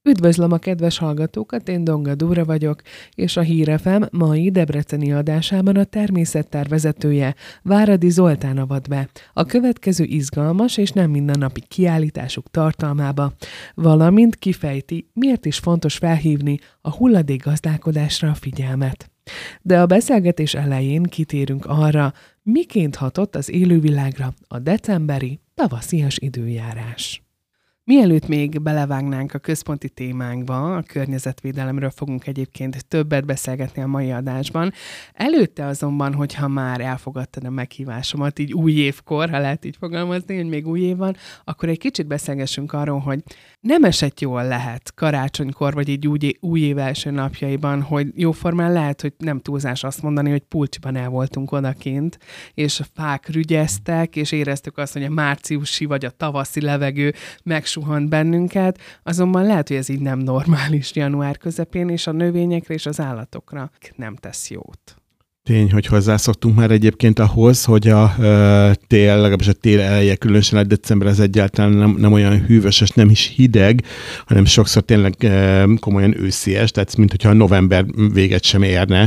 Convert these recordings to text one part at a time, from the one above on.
Üdvözlöm a kedves hallgatókat, én Donga Dóra vagyok, és a Hír FM mai debreceni adásában a természettervezetője, Váradi Zoltán avat be a következő izgalmas és nem mindennapi kiállításuk tartalmába, valamint kifejti, miért is fontos felhívni a hulladékgazdálkodásra a figyelmet. De a beszélgetés elején kitérünk arra, miként hatott az élővilágra a decemberi tavaszias időjárás. Mielőtt még belevágnánk a központi témánkba, a környezetvédelemről fogunk egyébként többet beszélgetni a mai adásban. Előtte azonban, hogyha már elfogadtad a meghívásomat, így új évkor, ha lehet így fogalmazni, hogy még új év van, akkor egy kicsit beszélgessünk arról, hogy nem esett jól lehet karácsonykor, vagy így új év első napjaiban, hogy jóformán lehet, hogy nem túlzás azt mondani, hogy pulcsiban el voltunk odakint, és a fák rügyeztek, és éreztük azt, hogy a márciusi vagy a tavaszi levegő megsuhant bennünket, azonban lehet, hogy ez így nem normális január közepén, és a növényekre és az állatokra nem tesz jót. Tény, hogy hozzászoktunk már egyébként ahhoz, hogy a tél, legalábbis a tél eleje, különösen a december az egyáltalán nem olyan hűvös, és nem is hideg, hanem sokszor tényleg komolyan őszies, tehát mint hogyha a november véget sem érne,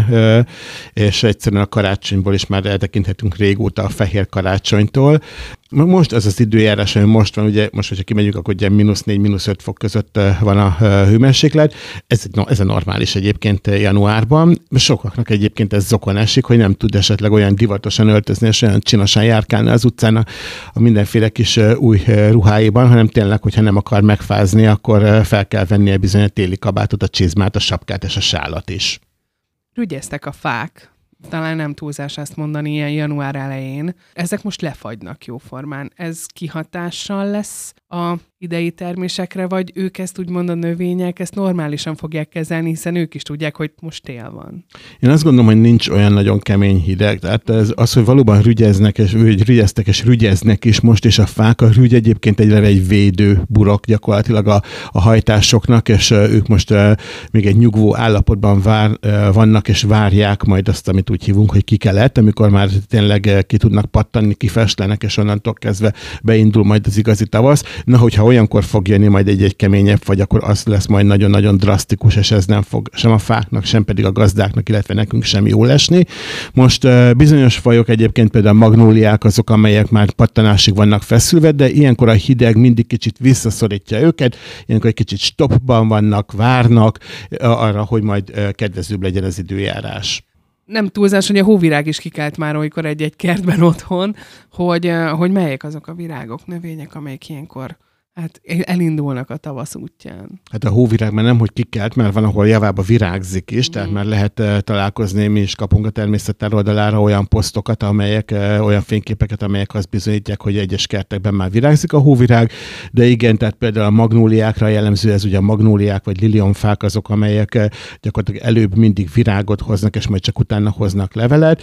és egyszerűen a karácsonyból is már eltekinthetünk régóta a fehér karácsonytól. Most az az időjárás, ami most van, ugye most, hogyha kimegyünk, akkor ugye -4, -5 fok között van a hőmérséklet. Ez a normális egyébként januárban. Sokaknak egyébként ez zokon esik, hogy nem tud esetleg olyan divatosan öltözni, és olyan csinosan járkálni az utcán a mindenféle kis új ruháiban, hanem tényleg, hogyha nem akar megfázni, akkor fel kell vennie bizony a téli kabátot, a csizmát, a sapkát és a sálat is. Rügyeztek a fák. Talán nem túlzás azt mondani ilyen január elején. Ezek most lefagynak jóformán. Ez kihatással lesz a idei termésekre, vagy ők ezt úgymond a növények, ezt normálisan fogják kezelni, hiszen ők is tudják, hogy most tél van. Én azt gondolom, hogy nincs olyan nagyon kemény hideg. Tehát az, hogy valóban rügyeznek, és rügyeztek, és rügyeznek is most, és a fák, a rügy egyébként egy védő burok gyakorlatilag a hajtásoknak, és ők most még egy nyugvó állapotban vannak, és várják majd azt, amit úgy hívunk, hogy kikelet, amikor már tényleg ki tudnak pattanni, kifestlenek, és onnantól kezdve beindul majd az igazi tavasz. Na, hogyha olyankor fog jönni majd egy keményebb fagy, akkor az lesz majd nagyon-nagyon drasztikus, és ez nem fog sem a fáknak, sem pedig a gazdáknak, illetve nekünk sem jól esni. Most bizonyos fajok egyébként például a magnóliák azok, amelyek már pattanásig vannak feszülve, de ilyenkor a hideg mindig kicsit visszaszorítja őket, ilyenkor egy kicsit stoppban vannak, várnak arra, hogy majd kedvezőbb legyen az időjárás. Nem túlzás, hogy a hóvirág is kikelt már olykor egy kertben otthon, hogy melyek azok a virágok, növények, amelyek ilyenkor elindulnak a tavasz útján. Hát a hóvirág már nem, hogy kikelt, mert van, ahol javába virágzik is, tehát már lehet találkozni, mi is kapunk a természettár oldalára olyan posztokat, olyan fényképeket, amelyek azt bizonyítják, hogy egyes kertekben már virágzik a hóvirág, de igen, tehát például a magnóliákra jellemző, ez ugye a magnóliák vagy lilionfák azok, amelyek gyakorlatilag előbb mindig virágot hoznak, és majd csak utána hoznak levelet.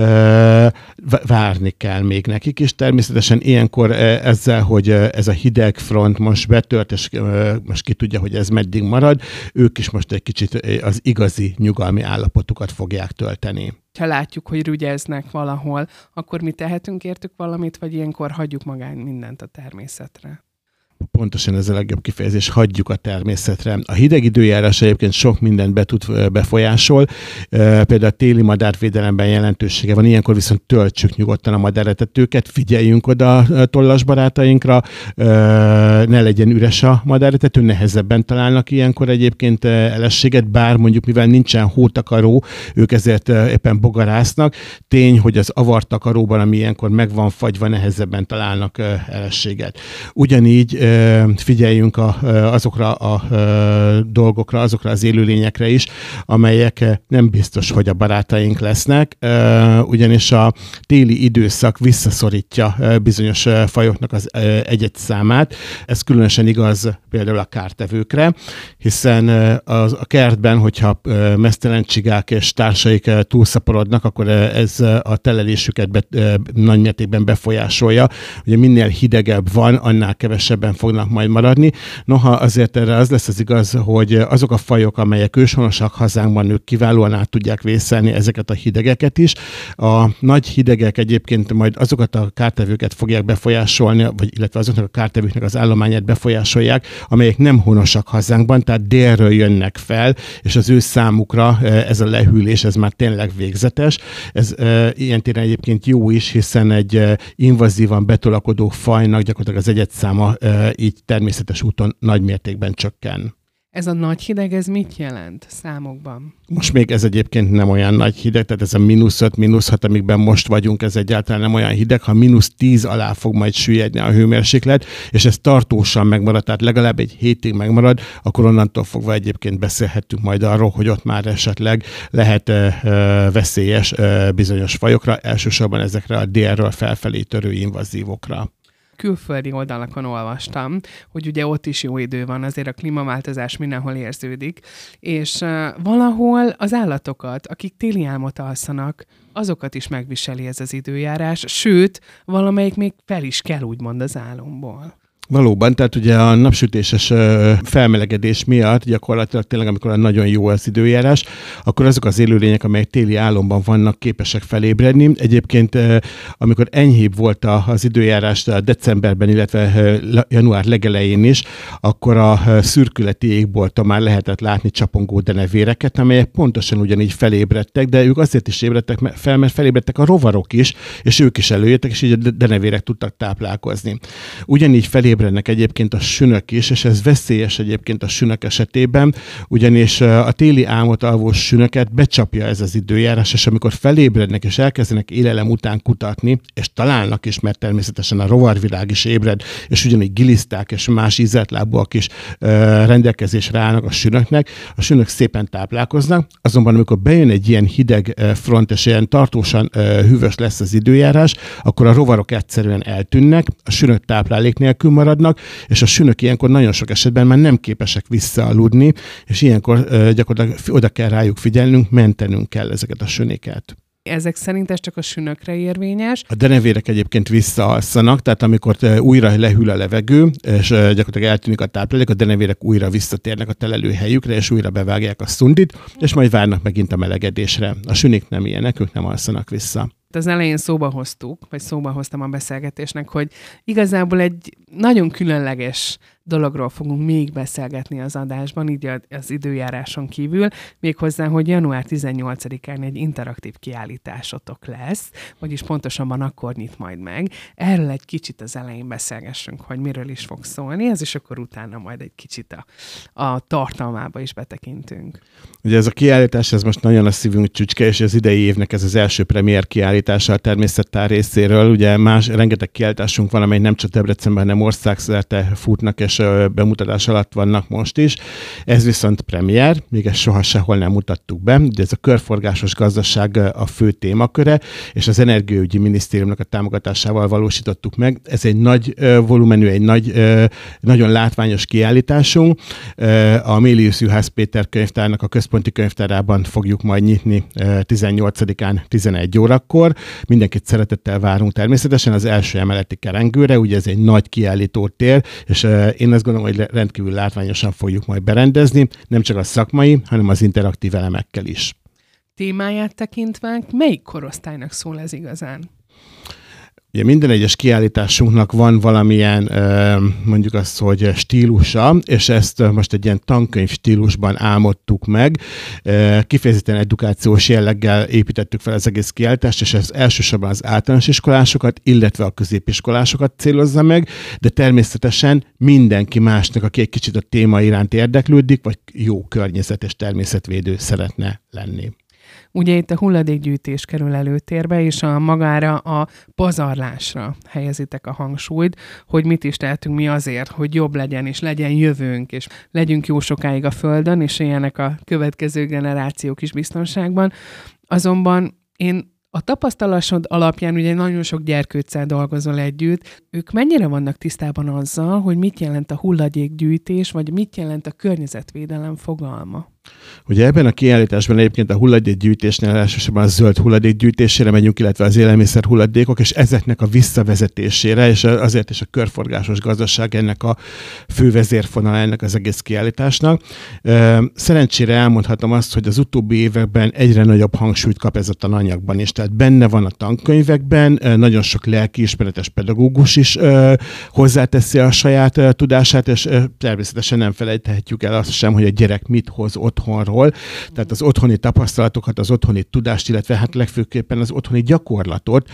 Várni kell még nekik is. Természetesen ilyenkor ezzel, hogy ez a hideg front most betört, és most ki tudja, hogy ez meddig marad, ők is most egy kicsit az igazi nyugalmi állapotukat fogják tölteni. Ha látjuk, hogy rügyeznek valahol, akkor mi tehetünk értük valamit, vagy ilyenkor hagyjuk magán mindent a természetre? Pontosan ez a legjobb kifejezés, hagyjuk a természetre. A hideg időjárás egyébként sok mindent befolyásol, például a téli madárvédelemben jelentősége van, ilyenkor viszont töltsük nyugodtan a madáretetőket, figyeljünk oda a tollas barátainkra, ne legyen üres a madáretető, nehezebben találnak ilyenkor egyébként elességet, bár mondjuk mivel nincsen hótakaró, ők ezért éppen bogarásznak. Tény, hogy az avartakaróban, ami ilyenkor meg van fagyva, nehezebben találnak elességet. Ugyanígy figyeljünk azokra a dolgokra, azokra az élőlényekre is, amelyek nem biztos, hogy a barátaink lesznek, ugyanis a téli időszak visszaszorítja bizonyos fajoknak az egy-egy számát. Ez különösen igaz például a kártevőkre, hiszen a kertben, hogyha meztelen csigák és társaik túlszaporodnak, akkor ez a telelésüket nagymértékben befolyásolja. Ugye minél hidegebb van, annál kevesebben fognak majd maradni. Noha azért erre az lesz az igaz, hogy azok a fajok, amelyek őshonosak hazánkban, ők kiválóan át tudják vészelni ezeket a hidegeket is. A nagy hidegek egyébként majd azokat a kártevőket fogják befolyásolni, vagy illetve azoknak a kártevőknek az állományát befolyásolják, amelyek nem honosak hazánkban, tehát délről jönnek fel, és az ő számukra ez a lehűlés, ez már tényleg végzetes. Ez ilyen téren egyébként jó is, hiszen egy invazívan betolakodó fajnak gyakorlatilag az egyedszáma így természetes úton nagy mértékben csökken. Ez a nagy hideg, ez mit jelent számokban? Most még ez egyébként nem olyan nagy hideg, tehát ez a -5, -6, amikben most vagyunk, ez egyáltalán nem olyan hideg, ha -10 alá fog majd süllyedni a hőmérséklet, és ez tartósan megmarad, tehát legalább egy hétig megmarad, akkor onnantól fogva egyébként beszélhetünk majd arról, hogy ott már esetleg lehet veszélyes bizonyos fajokra, elsősorban ezekre a délről felfelé törő invazívokra. Külföldi oldalakon olvastam, hogy ugye ott is jó idő van, azért a klímaváltozás mindenhol érződik, és valahol az állatokat, akik téli álmot alszanak, azokat is megviseli ez az időjárás, sőt, valamelyik még fel is kell úgymond az álomból. Valóban, tehát ugye a napsütéses felmelegedés miatt gyakorlatilag tényleg, amikor nagyon jó az időjárás, akkor azok az élőlények, amelyek téli álomban vannak, képesek felébredni. Egyébként, amikor enyhébb volt az időjárás decemberben, illetve január legelején is, akkor a szürkületi égbolton már lehetett látni csapongó denevéreket, amelyek pontosan ugyanígy felébredtek, de ők azért is ébredtek fel, mert felébredtek a rovarok is, és ők is előjöttek, és így a denevérek tudtak táplálkozni. Ugyanígy felébrednek egyébként a sünök is, és ez veszélyes egyébként a sünök esetében, ugyanis a téli álmot alvó sünöket becsapja ez az időjárás, és amikor felébrednek és elkezdenek élelem után kutatni, és találnak is, mert természetesen a rovarvilág is ébred, és ugyanígy giliszták és más ízeltlábúak is rendelkezésre állnak a sünöknek, a sünök szépen táplálkoznak, azonban amikor bejön egy ilyen hideg front, és ilyen tartósan hűvös lesz az időjárás, akkor a rovarok egyszerűen eltűnnek, a sünök táplálék nélkül maradnak, és a sünök ilyenkor nagyon sok esetben már nem képesek visszaaludni, és ilyenkor gyakorlatilag oda kell rájuk figyelnünk, mentenünk kell ezeket a sünéket. Ezek szerint ez csak a sünökre érvényes. A denevérek egyébként visszaalszanak, tehát amikor újra lehűl a levegő, és gyakorlatilag eltűnik a táplálék, a denevérek újra visszatérnek a telelőhelyükre, és újra bevágják a szundit, és majd várnak megint a melegedésre. A sünik nem ilyenek, ők nem alszanak vissza. Az elején szóba hoztam a beszélgetésnek, hogy igazából egy nagyon különleges dologról fogunk még beszélgetni az adásban, így az időjáráson kívül, méghozzá, hogy január 18-án egy interaktív kiállításotok lesz, vagyis pontosabban akkor nyit majd meg. Erről egy kicsit az elején beszélgessünk, hogy miről is fog szólni, ez is akkor utána majd egy kicsit a tartalmába is betekintünk. Ugye ez a kiállítás, ez most nagyon a szívünk csücske, és az idei évnek ez az első premier kiállítása a Természettár részéről. Ugye rengeteg kiállításunk van, amely nem csak Debrecenben, hanem országszerte futnak, és bemutatás alatt vannak most is. Ez viszont premier, még ezt soha sehol nem mutattuk be, de ez a körforgásos gazdaság a fő témaköre, és az Energiaügyi Minisztériumnak a támogatásával valósítottuk meg. Ez egy nagy volumenű, nagyon látványos kiállításunk. A Mélius Juhász Péter könyvtárnak a központi könyvtárában fogjuk majd nyitni 18-án 11 órakor. Mindenkit szeretettel várunk természetesen az első emeleti kerengőre, ugye ez egy nagy kiállítótér, és én azt gondolom, hogy rendkívül látványosan fogjuk majd berendezni, nem csak a szakmai, hanem az interaktív elemekkel is. Témáját tekintve, melyik korosztálynak szól ez igazán? Ugye minden egyes kiállításunknak van valamilyen, mondjuk azt, hogy stílusa, és ezt most egy ilyen tankönyv stílusban álmodtuk meg. Kifejezetten edukációs jelleggel építettük fel az egész kiállítást, és ez elsősorban az általános iskolásokat, illetve a középiskolásokat célozza meg, de természetesen mindenki másnak, aki egy kicsit a téma iránt érdeklődik, vagy jó környezet és természetvédő szeretne lenni. Ugye itt a hulladékgyűjtés kerül előtérbe, és magára a pazarlásra helyezitek a hangsúlyt, hogy mit is tehetünk mi azért, hogy jobb legyen, és legyen jövőnk, és legyünk jó sokáig a Földön, és éljenek a következő generációk is biztonságban. Azonban a tapasztalásod alapján ugye nagyon sok gyerkőccel dolgozol együtt. Ők mennyire vannak tisztában azzal, hogy mit jelent a hulladékgyűjtés, vagy mit jelent a környezetvédelem fogalma? Ugye ebben a kiállításban egyébként a hulladékgyűjtésnél elsősorban a zöld hulladékgyűjtésére megyünk, illetve az élelmiszer hulladékok, és ezeknek a visszavezetésére, és azért is a körforgásos gazdaság ennek a fő vezérfonala ennek az egész kiállításnak. Szerencsére elmondhatom azt, hogy az utóbbi években egyre nagyobb hangsúlyt kap ez a tananyagban is. Tehát benne van a tankönyvekben, nagyon sok lelkiismeretes pedagógus is hozzáteszi a saját tudását, és természetesen nem felejthetjük el azt sem, hogy a gyerek mit hoz otthonról, tehát az otthoni tapasztalatokat, az otthoni tudást, illetve hát legfőképpen az otthoni gyakorlatot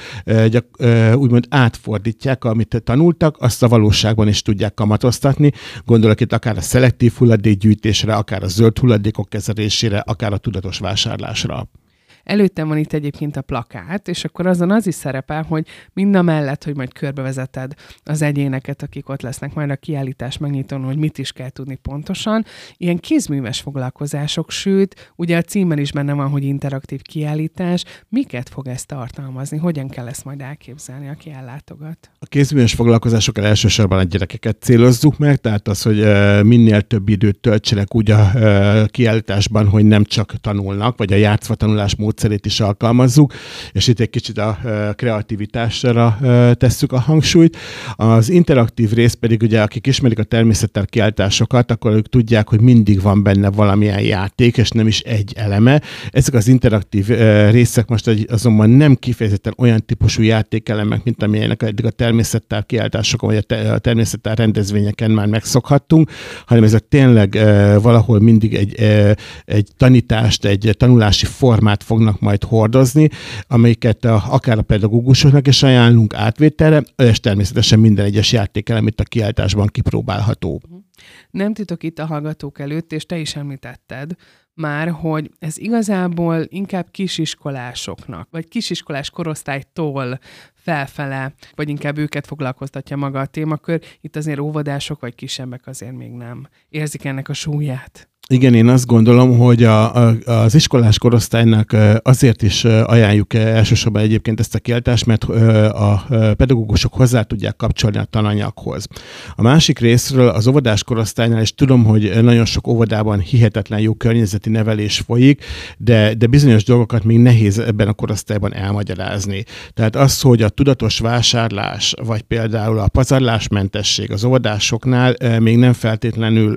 úgymond átfordítják, amit tanultak, azt a valóságban is tudják kamatoztatni. Gondolok itt akár a szelektív hulladékgyűjtésre, akár a zöld hulladékok kezelésére, akár a tudatos vásárlásra. Előttem van itt egyébként a plakát, és akkor azon az is szerepel, hogy mindamellett, hogy majd körbevezeted az egyéneket, akik ott lesznek majd a kiállítás megnyitón, hogy mit is kell tudni pontosan. Ilyen kézműves foglalkozások, sőt, ugye a címben is benne van, hogy interaktív kiállítás. Miket fog ezt tartalmazni? Hogyan kell ezt majd elképzelni, aki ellátogat? A kézműves foglalkozásokkal elsősorban a gyerekeket célozzuk meg, tehát az, hogy minél több időt töltsenek úgy a kiállításban, hogy nem csak tanulnak, vagy a játszva tanulás módszerét is alkalmazzuk, és itt egy kicsit a kreativitásra tesszük a hangsúlyt. Az interaktív rész pedig ugye, akik ismerik a természettár kiállításokat, akkor ők tudják, hogy mindig van benne valamilyen játék, és nem is egy eleme. Ezek az interaktív részek most azonban nem kifejezetten olyan típusú játékelemek, mint amilyenek eddig a természettár kiállításokon, vagy a természettár rendezvényeken már megszokhattunk, hanem ezek tényleg valahol mindig egy tanítást, egy tanulási formát fognak majd hordozni, amelyiket akár a pedagógusoknak is ajánlunk átvételre, és természetesen minden egyes játékelem itt a kiállításban kipróbálható. Nem titok itt a hallgatók előtt, és te is említetted már, hogy ez igazából inkább kisiskolásoknak, vagy kisiskolás korosztálytól felfele, vagy inkább őket foglalkoztatja maga a témakör. Itt azért óvodások vagy kisebbek azért még nem érzik ennek a súlyát. Igen, én azt gondolom, hogy az iskolás korosztálynak azért is ajánljuk elsősorban egyébként ezt a kiállítást, mert a pedagógusok hozzá tudják kapcsolni a tananyaghoz. A másik részről az óvodás korosztálynál, és tudom, hogy nagyon sok óvodában hihetetlen jó környezeti nevelés folyik, de bizonyos dolgokat még nehéz ebben a korosztályban elmagyarázni. Tehát az, hogy a tudatos vásárlás, vagy például a pazarlásmentesség az óvodásoknál még nem feltétlenül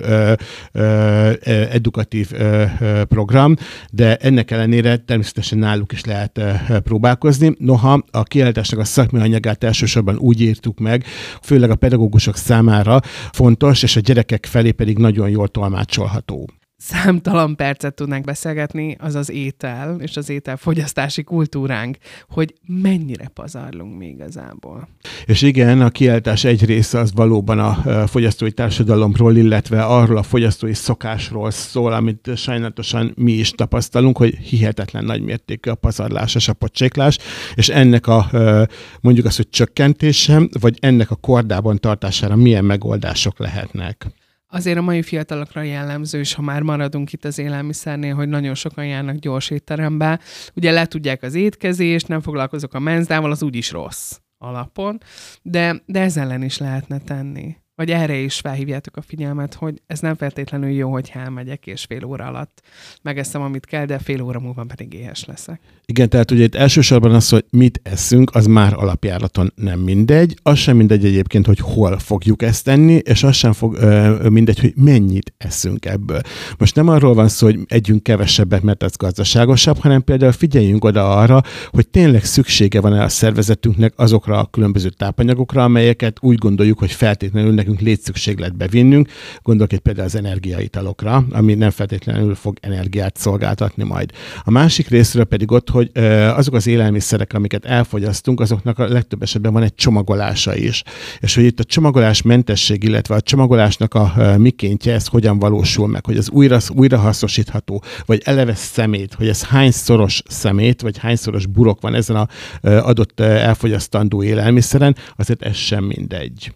edukatív program, de ennek ellenére természetesen náluk is lehet próbálkozni. Noha a kiállításnak a szakmai anyagát elsősorban úgy írtuk meg, főleg a pedagógusok számára fontos, és a gyerekek felé pedig nagyon jól tolmácsolható. Számtalan percet tudnánk beszélgetni, az az étel és az ételfogyasztási kultúránk, hogy mennyire pazarlunk még igazából. És igen, a kiállítás egy része az valóban a fogyasztói társadalomról, illetve arról a fogyasztói szokásról szól, amit sajnálatosan mi is tapasztalunk, hogy hihetetlen nagy mértékű a pazarlás és a pocséklás, és ennek a mondjuk azt, hogy csökkentése, vagy ennek a kordában tartására milyen megoldások lehetnek. Azért a mai fiatalokra jellemző, és ha már maradunk itt az élelmiszernél, hogy nagyon sokan járnak gyors étterembe, ugye letudják az étkezést, nem foglalkozok a menzdával, az úgyis rossz alapon, de ez ellen is lehetne tenni. Vagy erre is felhívjátok a figyelmet, hogy ez nem feltétlenül jó, hogy elmegyek, és fél óra alatt megeszem, amit kell, de fél óra múlva pedig éhes leszek. Igen, tehát ugye itt elsősorban az, hogy mit eszünk, az már alapjáraton nem mindegy. Az sem mindegy egyébként, hogy hol fogjuk ezt enni, és az sem mindegy, hogy mennyit eszünk ebből. Most nem arról van szó, hogy együnk kevesebbet, mert ez gazdaságosabb, hanem például figyeljünk oda arra, hogy tényleg szüksége van-e a szervezetünknek azokra a különböző tápanyagokra, amelyeket úgy gondoljuk, hogy feltétlenül nekünk létszükségletbe vinnünk. Gondolok itt például az energiaitalokra, ami nem feltétlenül fog energiát szolgáltatni majd. A másik részről pedig ott, hogy azok az élelmiszerek, amiket elfogyasztunk, azoknak a legtöbb esetben van egy csomagolása is. És hogy itt a csomagolás mentesség, illetve a csomagolásnak a mikéntje, ez hogyan valósul meg, hogy az újra hasznosítható, vagy eleve szemét, hogy ez hányszoros szemét, vagy hányszoros burok van ezen az adott elfogyasztandó élelmiszeren, azért ez sem mindegy.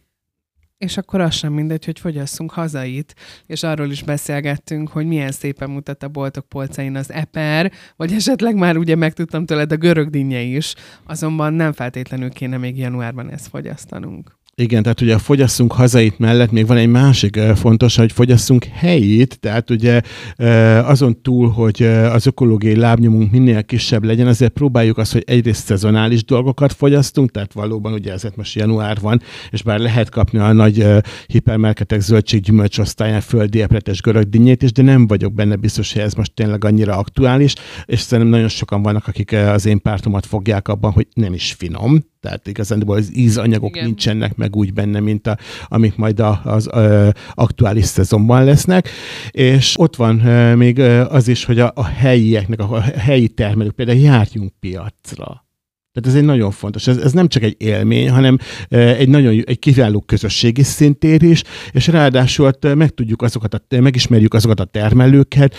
És akkor az sem mindegy, hogy fogyasszunk hazait, és arról is beszélgettünk, hogy milyen szépen mutat a boltok polcain az eper, vagy esetleg már ugye megtudtam tőled a görög dinnye is, azonban nem feltétlenül kéne még januárban ezt fogyasztanunk. Igen, tehát ugye a fogyasszunk hazait mellett még van egy másik fontos, hogy fogyasszunk helyit, tehát ugye azon túl, hogy az ökológiai lábnyomunk minél kisebb legyen, azért próbáljuk azt, hogy egyrészt szezonális dolgokat fogyasztunk, tehát valóban ugye ezért most január van, és bár lehet kapni a nagy hipermarketek zöldség-gyümölcs osztályán földi epletes görög dinnyét is, de nem vagyok benne biztos, hogy ez most tényleg annyira aktuális, és szerintem nagyon sokan vannak, akik az én pártomat fogják abban, hogy nem is finom, tehát igazándiból az ízanyagok nincsenek meg úgy benne, mint amik majd az aktuális szezonban lesznek. És ott van még az is, hogy a helyieknek, a helyi termelők például járjunk piacra. Tehát ez egy nagyon fontos. Ez nem csak egy élmény, hanem egy kiváló közösségi szintér is, és ráadásul megismerjük azokat a termelőket,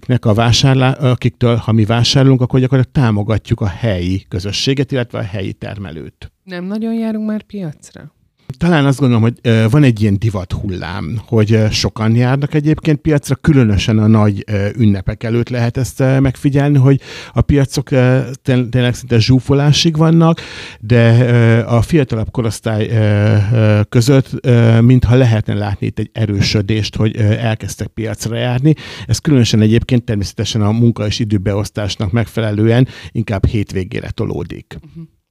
akiktől, ha mi vásárolunk, akkor gyakorlatilag támogatjuk a helyi közösséget, illetve a helyi termelőt. Nem nagyon járunk már piacra? Talán azt gondolom, hogy van egy ilyen divat hullám, hogy sokan járnak egyébként piacra, különösen a nagy ünnepek előtt lehet ezt megfigyelni, hogy a piacok tényleg szinte zsúfolásig vannak, de a fiatalabb korosztály között mintha lehetne látni itt egy erősödést, hogy elkezdtek piacra járni. Ez különösen egyébként természetesen a munka- és időbeosztásnak megfelelően inkább hétvégére tolódik.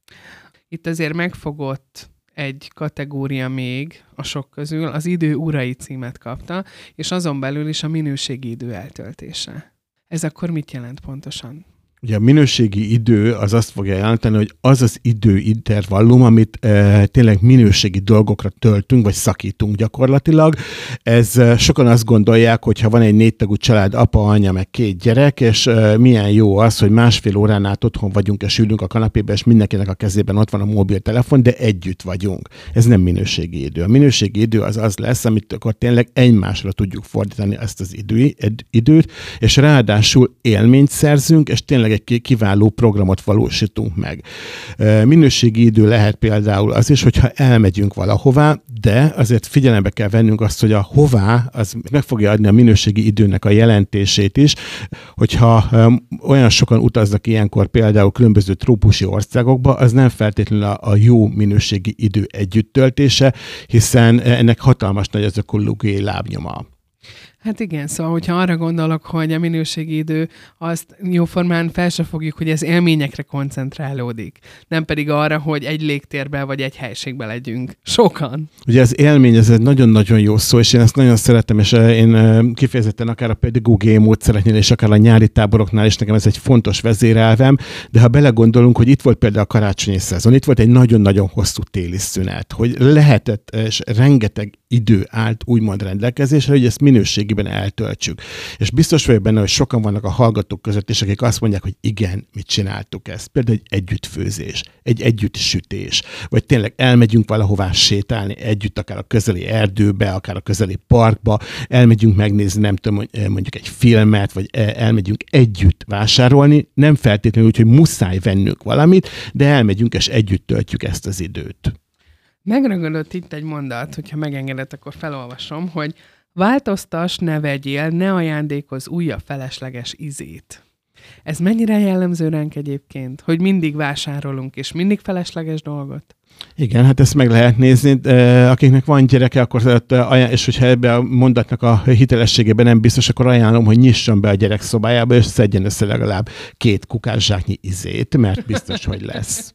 Itt azért megfogott egy kategória még a sok közül, az idő urai címet kapta, és azon belül is a minőségi idő eltöltése. Ez akkor mit jelent pontosan? Ugye a minőségi idő az azt fogja jelenteni, hogy az az időintervallum, amit tényleg minőségi dolgokra töltünk, vagy szakítunk gyakorlatilag. Ez sokan azt gondolják, hogy ha van egy 4 tagú család, apa, anya, meg 2 gyerek, és milyen jó az, hogy másfél órán át otthon vagyunk, és ülünk a kanapébe, és mindenkinek a kezében ott van a mobiltelefon, de együtt vagyunk. Ez nem minőségi idő. A minőségi idő az lesz, amit akkor tényleg egymásra tudjuk fordítani ezt az időt, és ráadásul élményt szerzünk, és tényleg egy kiváló programot valósítunk meg. Minőségi idő lehet például az is, hogyha elmegyünk valahová, de azért figyelembe kell vennünk azt, hogy a hová, az meg fogja adni a minőségi időnek a jelentését is, hogyha olyan sokan utaznak ilyenkor például különböző trópusi országokba, az nem feltétlenül a jó minőségi idő együttöltése, hiszen ennek hatalmas nagy az ökológiai lábnyoma. Hát igen, szóval, hogyha arra gondolok, hogy a minőségi idő, azt jóformán fel se fogjuk, hogy ez élményekre koncentrálódik. Nem pedig arra, hogy egy légtérben vagy egy helységben legyünk. Sokan. Ugye az élmény, ez egy nagyon-nagyon jó szó, és én ezt nagyon szeretem, és én kifejezetten akár a pedagógiai módszereknél, és akár a nyári táboroknál is nekem ez egy fontos vezérelvem, de ha belegondolunk, hogy itt volt például a karácsonyi szezon, itt volt egy nagyon-nagyon hosszú téli szünet, hogy lehetett, és rengeteg idő állt úgymond rendelkezésre, hogy ezt minőségiben eltöltsük. És biztos vagyok benne, hogy sokan vannak a hallgatók között is, akik azt mondják, hogy igen, mit csináltuk ezt. Például egy együttfőzés, egy együttsütés, vagy tényleg elmegyünk valahová sétálni együtt, akár a közeli erdőbe, akár a közeli parkba, elmegyünk megnézni, nem tudom, mondjuk egy filmet, vagy elmegyünk együtt vásárolni, nem feltétlenül úgy, hogy muszáj vennünk valamit, de elmegyünk és együtt töltjük ezt az időt. Megragadott itt egy mondat, hogyha megengedett, akkor felolvasom, hogy változtass, ne vegyél, ne ajándékozz újabb felesleges izét. Ez mennyire jellemző ránk egyébként, hogy mindig vásárolunk, és mindig felesleges dolgot? Igen, hát ezt meg lehet nézni. Akiknek van gyereke, akkor és hogyha ebbe a mondatnak a hitelességében nem biztos, akkor ajánlom, hogy nyisson be a gyerek szobájába, és szedjen össze legalább 2 kukászsáknyi izét, mert biztos, hogy lesz.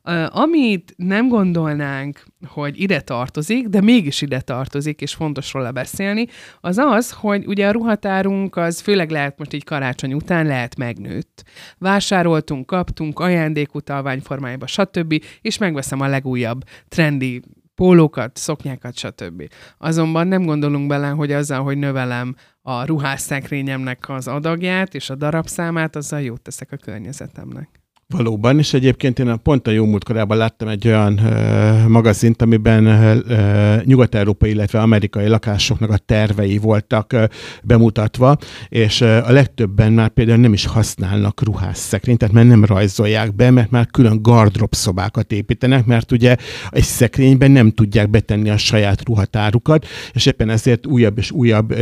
Amit nem gondolnánk, hogy ide tartozik, de mégis ide tartozik, és fontos róla beszélni, az az, hogy ugye a ruhatárunk az főleg lehet most így karácsony után lehet megnőtt. Vásároltunk, kaptunk ajándékutalvány formájába, stb. És megveszem a legújabb trendi pólókat, szoknyákat, stb. Azonban nem gondolunk bele, hogy azzal, hogy növelem a ruhásszekrényemnek az adagját és a darabszámát, azzal jót teszek a környezetemnek. Valóban, és egyébként én pont a jó múltkorában láttam egy olyan magazint, amiben nyugat-európai, illetve amerikai lakásoknak a tervei voltak bemutatva, és a legtöbben már például nem is használnak ruhásszekrényt, tehát már nem rajzolják be, mert már külön gardrób szobákat építenek, mert ugye egy szekrényben nem tudják betenni a saját ruhatárukat, és éppen ezért újabb és újabb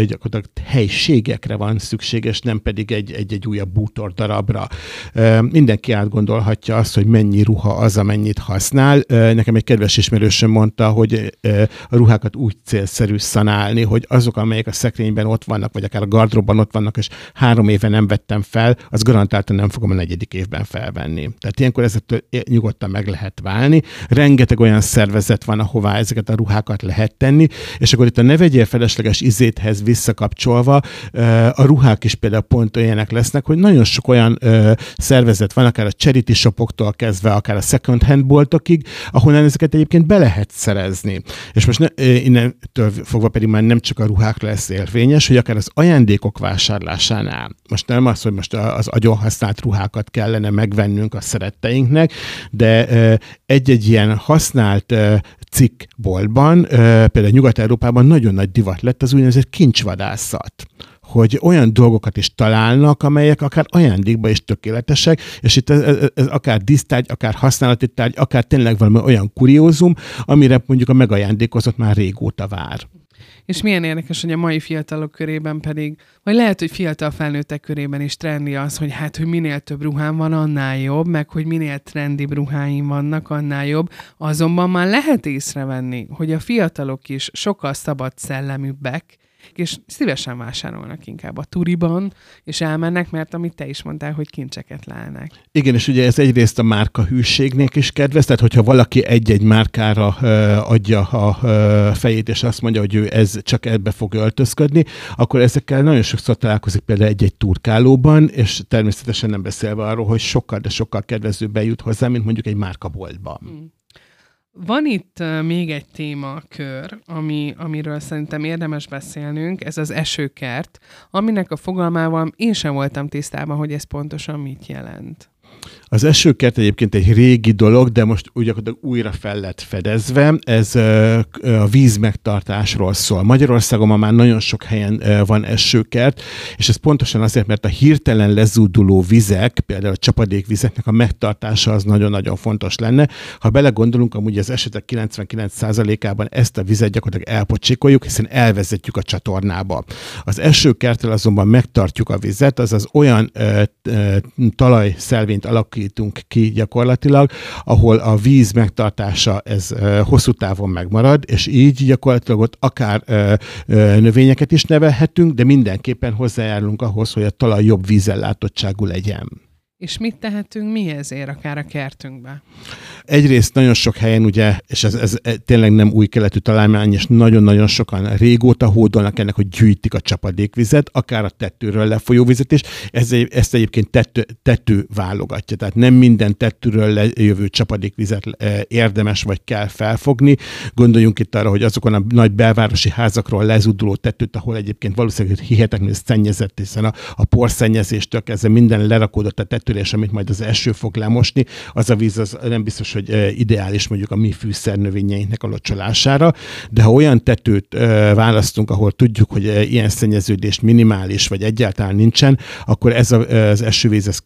helységekre van szükséges, nem pedig egy újabb bútordarabra. Mindenki átgondolja átgondolhatja azt, hogy mennyi ruha az, amennyit használ. Nekem egy kedves ismerősöm mondta, hogy a ruhákat úgy célszerű szanálni, hogy azok, amelyek a szekrényben ott vannak, vagy akár a gardróbban ott vannak, és 3 éve nem vettem fel, az garantáltan nem fogom a 4. évben felvenni. Tehát ilyenkor ezektől nyugodtan meg lehet válni. Rengeteg olyan szervezet van, ahová ezeket a ruhákat lehet tenni, és akkor itt a ne vegyél felesleges izéthez visszakapcsolva, a ruhák is például pont olyanek lesznek, hogy nagyon sok olyan szervezet van, akár a charity shopoktól kezdve, akár a second hand boltokig, ahonnan ezeket egyébként be lehet szerezni. És most innentől fogva pedig már nem csak a ruhákra lesz érvényes, hogy akár az ajándékok vásárlásánál. Most nem az, hogy most az agyon használt ruhákat kellene megvennünk a szeretteinknek, de egy-egy ilyen használt cikkboltban, például Nyugat-Európában nagyon nagy divat lett az úgynevezett kincsvadászat, hogy olyan dolgokat is találnak, amelyek akár ajándékba is tökéletesek, és itt ez akár dísztárgy, akár használati tárgy, akár tényleg valami olyan kuriózum, amire mondjuk a megajándékozott már régóta vár. És milyen érdekes, hogy a mai fiatalok körében pedig, vagy lehet, hogy fiatal felnőttek körében is trendi az, hogy hogy minél több ruhám van, annál jobb, meg hogy minél trendibb ruháim vannak, annál jobb. Azonban már lehet észrevenni, hogy a fiatalok is sokkal szabad szelleműbbek, és szívesen vásárolnak inkább a turiban, és elmennek, mert amit te is mondtál, hogy kincseket lelnek. Igen, és ugye ez egyrészt a márka hűségnek is kedvez, tehát hogyha valaki egy-egy márkára adja a fejét, és azt mondja, hogy ő ez csak ebbe fog öltözködni, akkor ezekkel nagyon sokszor találkozik például egy-egy turkálóban, és természetesen nem beszélve arról, hogy sokkal, de sokkal kedvezőbben jut hozzá, mint mondjuk egy márkaboltban. Van itt még egy témakör, amiről szerintem érdemes beszélnünk, ez az esőkert, aminek a fogalmával én sem voltam tisztában, hogy ez pontosan mit jelent. Az esőkert egyébként egy régi dolog, de most gyakorlatilag újra fel lett fedezve. Ez a vízmegtartásról szól. Magyarországon ma már nagyon sok helyen van esőkert, és ez pontosan azért, mert a hirtelen lezúduló vizek, például a csapadékvizeknek a megtartása az nagyon-nagyon fontos lenne. Ha belegondolunk, amúgy az esetek 99%-ában ezt a vizet gyakorlatilag elpocsékoljuk, hiszen elvezetjük a csatornába. Az esőkerttel azonban megtartjuk a vizet, azaz olyan talajszelvényt alakítunk ki gyakorlatilag, ahol a víz megtartása ez hosszú távon megmarad, és így gyakorlatilag ott akár növényeket is nevelhetünk, de mindenképpen hozzájárulunk ahhoz, hogy a talaj jobb vízellátottságú legyen. És mit tehetünk mi ezért akár a kertünkbe? Egyrészt nagyon sok helyen, ugye, és ez tényleg nem új keletű találmány, és nagyon-nagyon sokan régóta hódolnak ennek, hogy gyűjtik a csapadékvizet, akár a tetőről lefolyó vizet is. Ezt egyébként tető válogatja. Tehát nem minden tetőről lejövő csapadékvizet érdemes vagy kell felfogni. Gondoljunk itt arra, hogy azokon a nagy belvárosi házakról lezúduló tetőt, ahol egyébként valószínűleg hihetetlenül szennyezett, hiszen a porszennyezéstől kezdve minden lerakódott a tetőre, és amit majd az eső fog lemosni, az a víz az nem biztos, hogy ideális mondjuk a mi fűszernövényeinknek a locsolására, de ha olyan tetőt választunk, ahol tudjuk, hogy ilyen szennyeződés minimális, vagy egyáltalán nincsen, akkor ez az esővíz,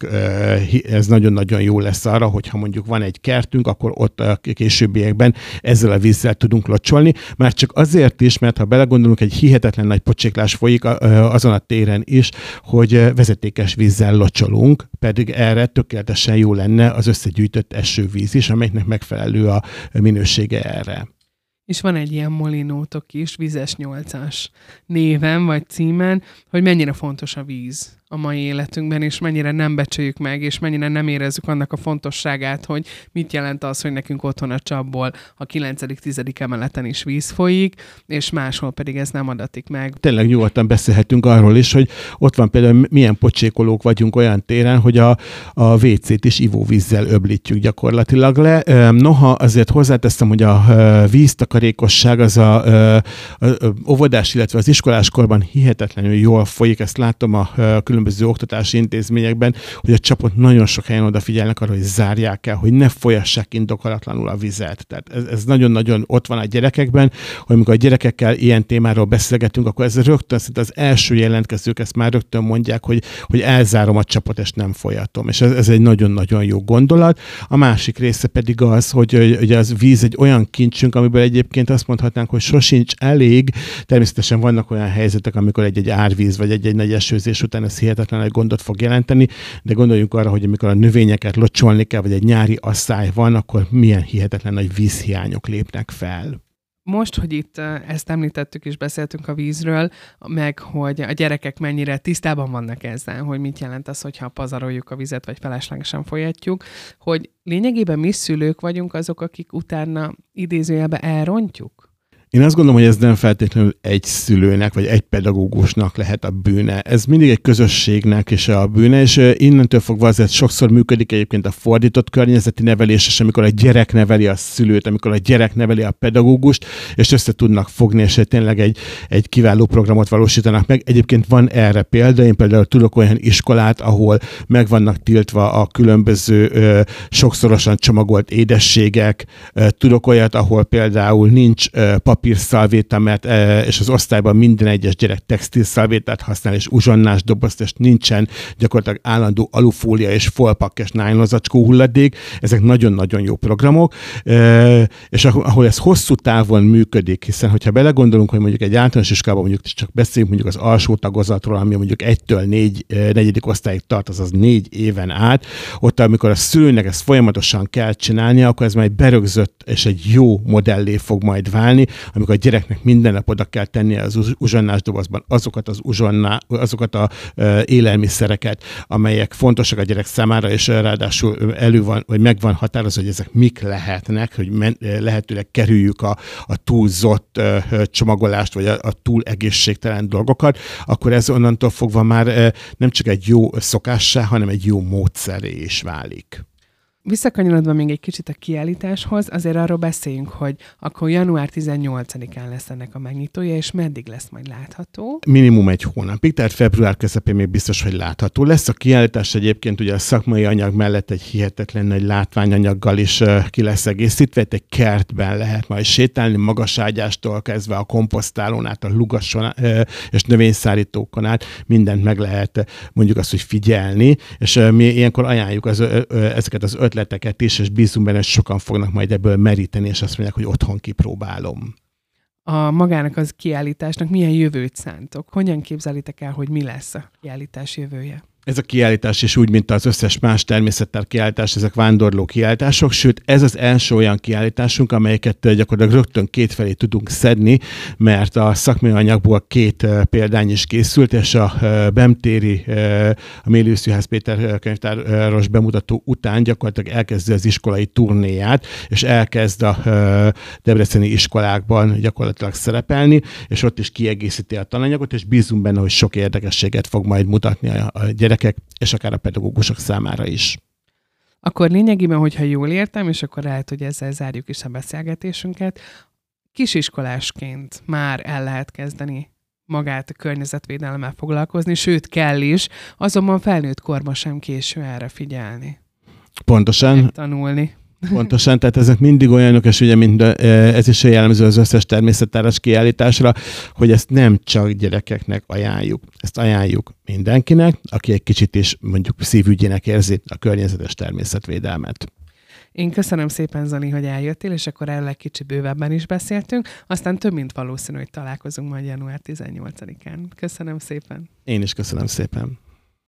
ez nagyon-nagyon jó lesz arra, hogyha mondjuk van egy kertünk, akkor ott a későbbiekben ezzel a vízzel tudunk locsolni. Már csak azért is, mert ha belegondolunk, egy hihetetlen nagy pocséklás folyik azon a téren is, hogy vezetékes vízzel locsolunk, pedig erre tökéletesen jó lenne az összegyűjtött esővíz is, amelynek megfelelő a minősége erre. És van egy ilyen molinótok is, Vizes 8-as néven vagy címen, hogy mennyire fontos a víz a mai életünkben, és mennyire nem becsüljük meg, és mennyire nem érezzük annak a fontosságát, hogy mit jelent az, hogy nekünk otthon a csapból a 9.-10. emeleten is víz folyik, és máshol pedig ez nem adatik meg. Tényleg nyugodtan beszélhetünk arról is, hogy ott van például milyen pocsékolók vagyunk olyan téren, hogy a WC-t is ivóvízzel öblítjük gyakorlatilag le. Noha azért hozzáteszem, hogy a víztakarékosság az a óvodás, illetve az iskoláskorban hihetetlenül jól folyik, ezt látom a különböző oktatási intézményekben, hogy a csapot nagyon sok helyen odafigyelnek arra, hogy zárják el, hogy ne folyassák indokolatlanul a vizet. Tehát ez nagyon-nagyon ott van a gyerekekben, hogy amikor a gyerekekkel ilyen témáról beszélgetünk, akkor ez rögtön, az első jelentkezők ezt már rögtön mondják, hogy elzárom a csapot, és nem folyatom. És ez egy nagyon-nagyon jó gondolat. A másik része pedig az, hogy az víz egy olyan kincsünk, amiből egyébként azt mondhatnánk, hogy sosincs elég. Természetesen vannak olyan helyzetek, amikor egy árvíz, vagy egy nagy esőzés után ez hihetetlen egy gondot fog jelenteni, de gondoljunk arra, hogy amikor a növényeket locsolni kell, vagy egy nyári asszály van, akkor milyen hihetetlen nagy vízhiányok lépnek fel. Most, hogy itt ezt említettük és beszéltünk a vízről, meg hogy a gyerekek mennyire tisztában vannak ezzel, hogy mit jelent az, hogyha pazaroljuk a vizet, vagy feleslegesen folyatjuk, hogy lényegében mi szülők vagyunk azok, akik utána idézőjelben elrontjuk? Én azt gondolom, hogy ez nem feltétlenül egy szülőnek, vagy egy pedagógusnak lehet a bűne. Ez mindig egy közösségnek is a bűne, és innentől fogva azért sokszor működik egyébként a fordított környezeti nevelés, és amikor a gyerek neveli a szülőt, amikor a gyerek neveli a pedagógust, és össze tudnak fogni, és tényleg egy kiváló programot valósítanak meg. Egyébként van erre példa, én például tudok olyan iskolát, ahol meg vannak tiltva a különböző sokszorosan csomagolt édességek, tudok olyat, ahol például nincs papírszalvéta, és az osztályban minden egyes gyerek textilszalvétát használ, és uzsonnás dobozt, és nincsen gyakorlatilag állandó alufólia és folpak és nájlozacskó hulladék. Ezek nagyon-nagyon jó programok, és ahol ez hosszú távon működik, hiszen hogyha belegondolunk, hogy mondjuk egy általános iskolában mondjuk csak beszélünk mondjuk az alsó tagozatról, ami mondjuk 1-től 4. osztályig tart, azaz 4 éven át, ott amikor a szülőnek ezt folyamatosan kell csinálnia, akkor ez majd berögzött és egy jó modellé fog majd válni, amikor a gyereknek minden nap oda kell tennie az uzsonnás dobozban azokat a élelmiszereket, amelyek fontosak a gyerek számára, és ráadásul vagy meg van határozva, hogy ezek mik lehetnek, hogy lehetőleg kerüljük a túlzott csomagolást, vagy a túl egészségtelen dolgokat, akkor ez onnantól fogva már nem csak egy jó szokássá, hanem egy jó módszeré is válik. Visszakanyarodva még egy kicsit a kiállításhoz, azért arról beszéljünk, hogy akkor január 18-án lesz ennek a megnyitója, és meddig lesz majd látható? Minimum 1 hónapig, tehát február közepén még biztos, hogy látható lesz. A kiállítás egyébként ugye a szakmai anyag mellett egy hihetetlen nagy látványanyaggal is ki lesz egészítve, egy kertben lehet majd sétálni, magaságyástól kezdve a komposztálón át, a lugasson és növényszárítókon át, mindent meg lehet mondjuk azt, hogy figyelni, és mi ilyenkor ajánljuk ezeket az ötleteket is, és bízunk benne, hogy sokan fognak majd ebből meríteni, és azt mondják, hogy otthon kipróbálom. A magának az kiállításnak milyen jövőt szántok? Hogyan képzelitek el, hogy mi lesz a kiállítás jövője? Ez a kiállítás is úgy, mint az összes más természettár kiállítás, ezek vándorló kiállítások, sőt ez az első olyan kiállításunk, amelyeket gyakorlatilag rögtön kétfelé tudunk szedni, mert a szakmai anyagból 2 példány is készült, és a Bemtéri, a Mélius Juhász Péter könyvtáros bemutató után gyakorlatilag elkezdi az iskolai turnéját, és elkezd a debreceni iskolákban gyakorlatilag szerepelni, és ott is kiegészíti a tananyagot, és bízunk benne, hogy sok érdekességet fog majd mutatni a gyerekek, és akár a pedagógusok számára is. Akkor lényegében, hogyha jól értem, és akkor lehet, hogy ezzel zárjuk is a beszélgetésünket, kisiskolásként már el lehet kezdeni magát a környezetvédelemmel foglalkozni, sőt kell is, azonban felnőtt korban sem késő erre figyelni. Pontosan. Megtanulni. Pontosan, tehát ezek mindig olyanok, és ugye ez is jellemző az összes természettáras kiállításra, hogy ezt nem csak gyerekeknek ajánljuk. Ezt ajánljuk mindenkinek, aki egy kicsit is mondjuk szívügyének érzi a környezetes természetvédelmet. Én köszönöm szépen, Zoli, hogy eljöttél, és akkor erről egy kicsit bővebben is beszéltünk. Aztán több mint valószínű, hogy találkozunk majd január 18-án. Köszönöm szépen. Én is köszönöm szépen.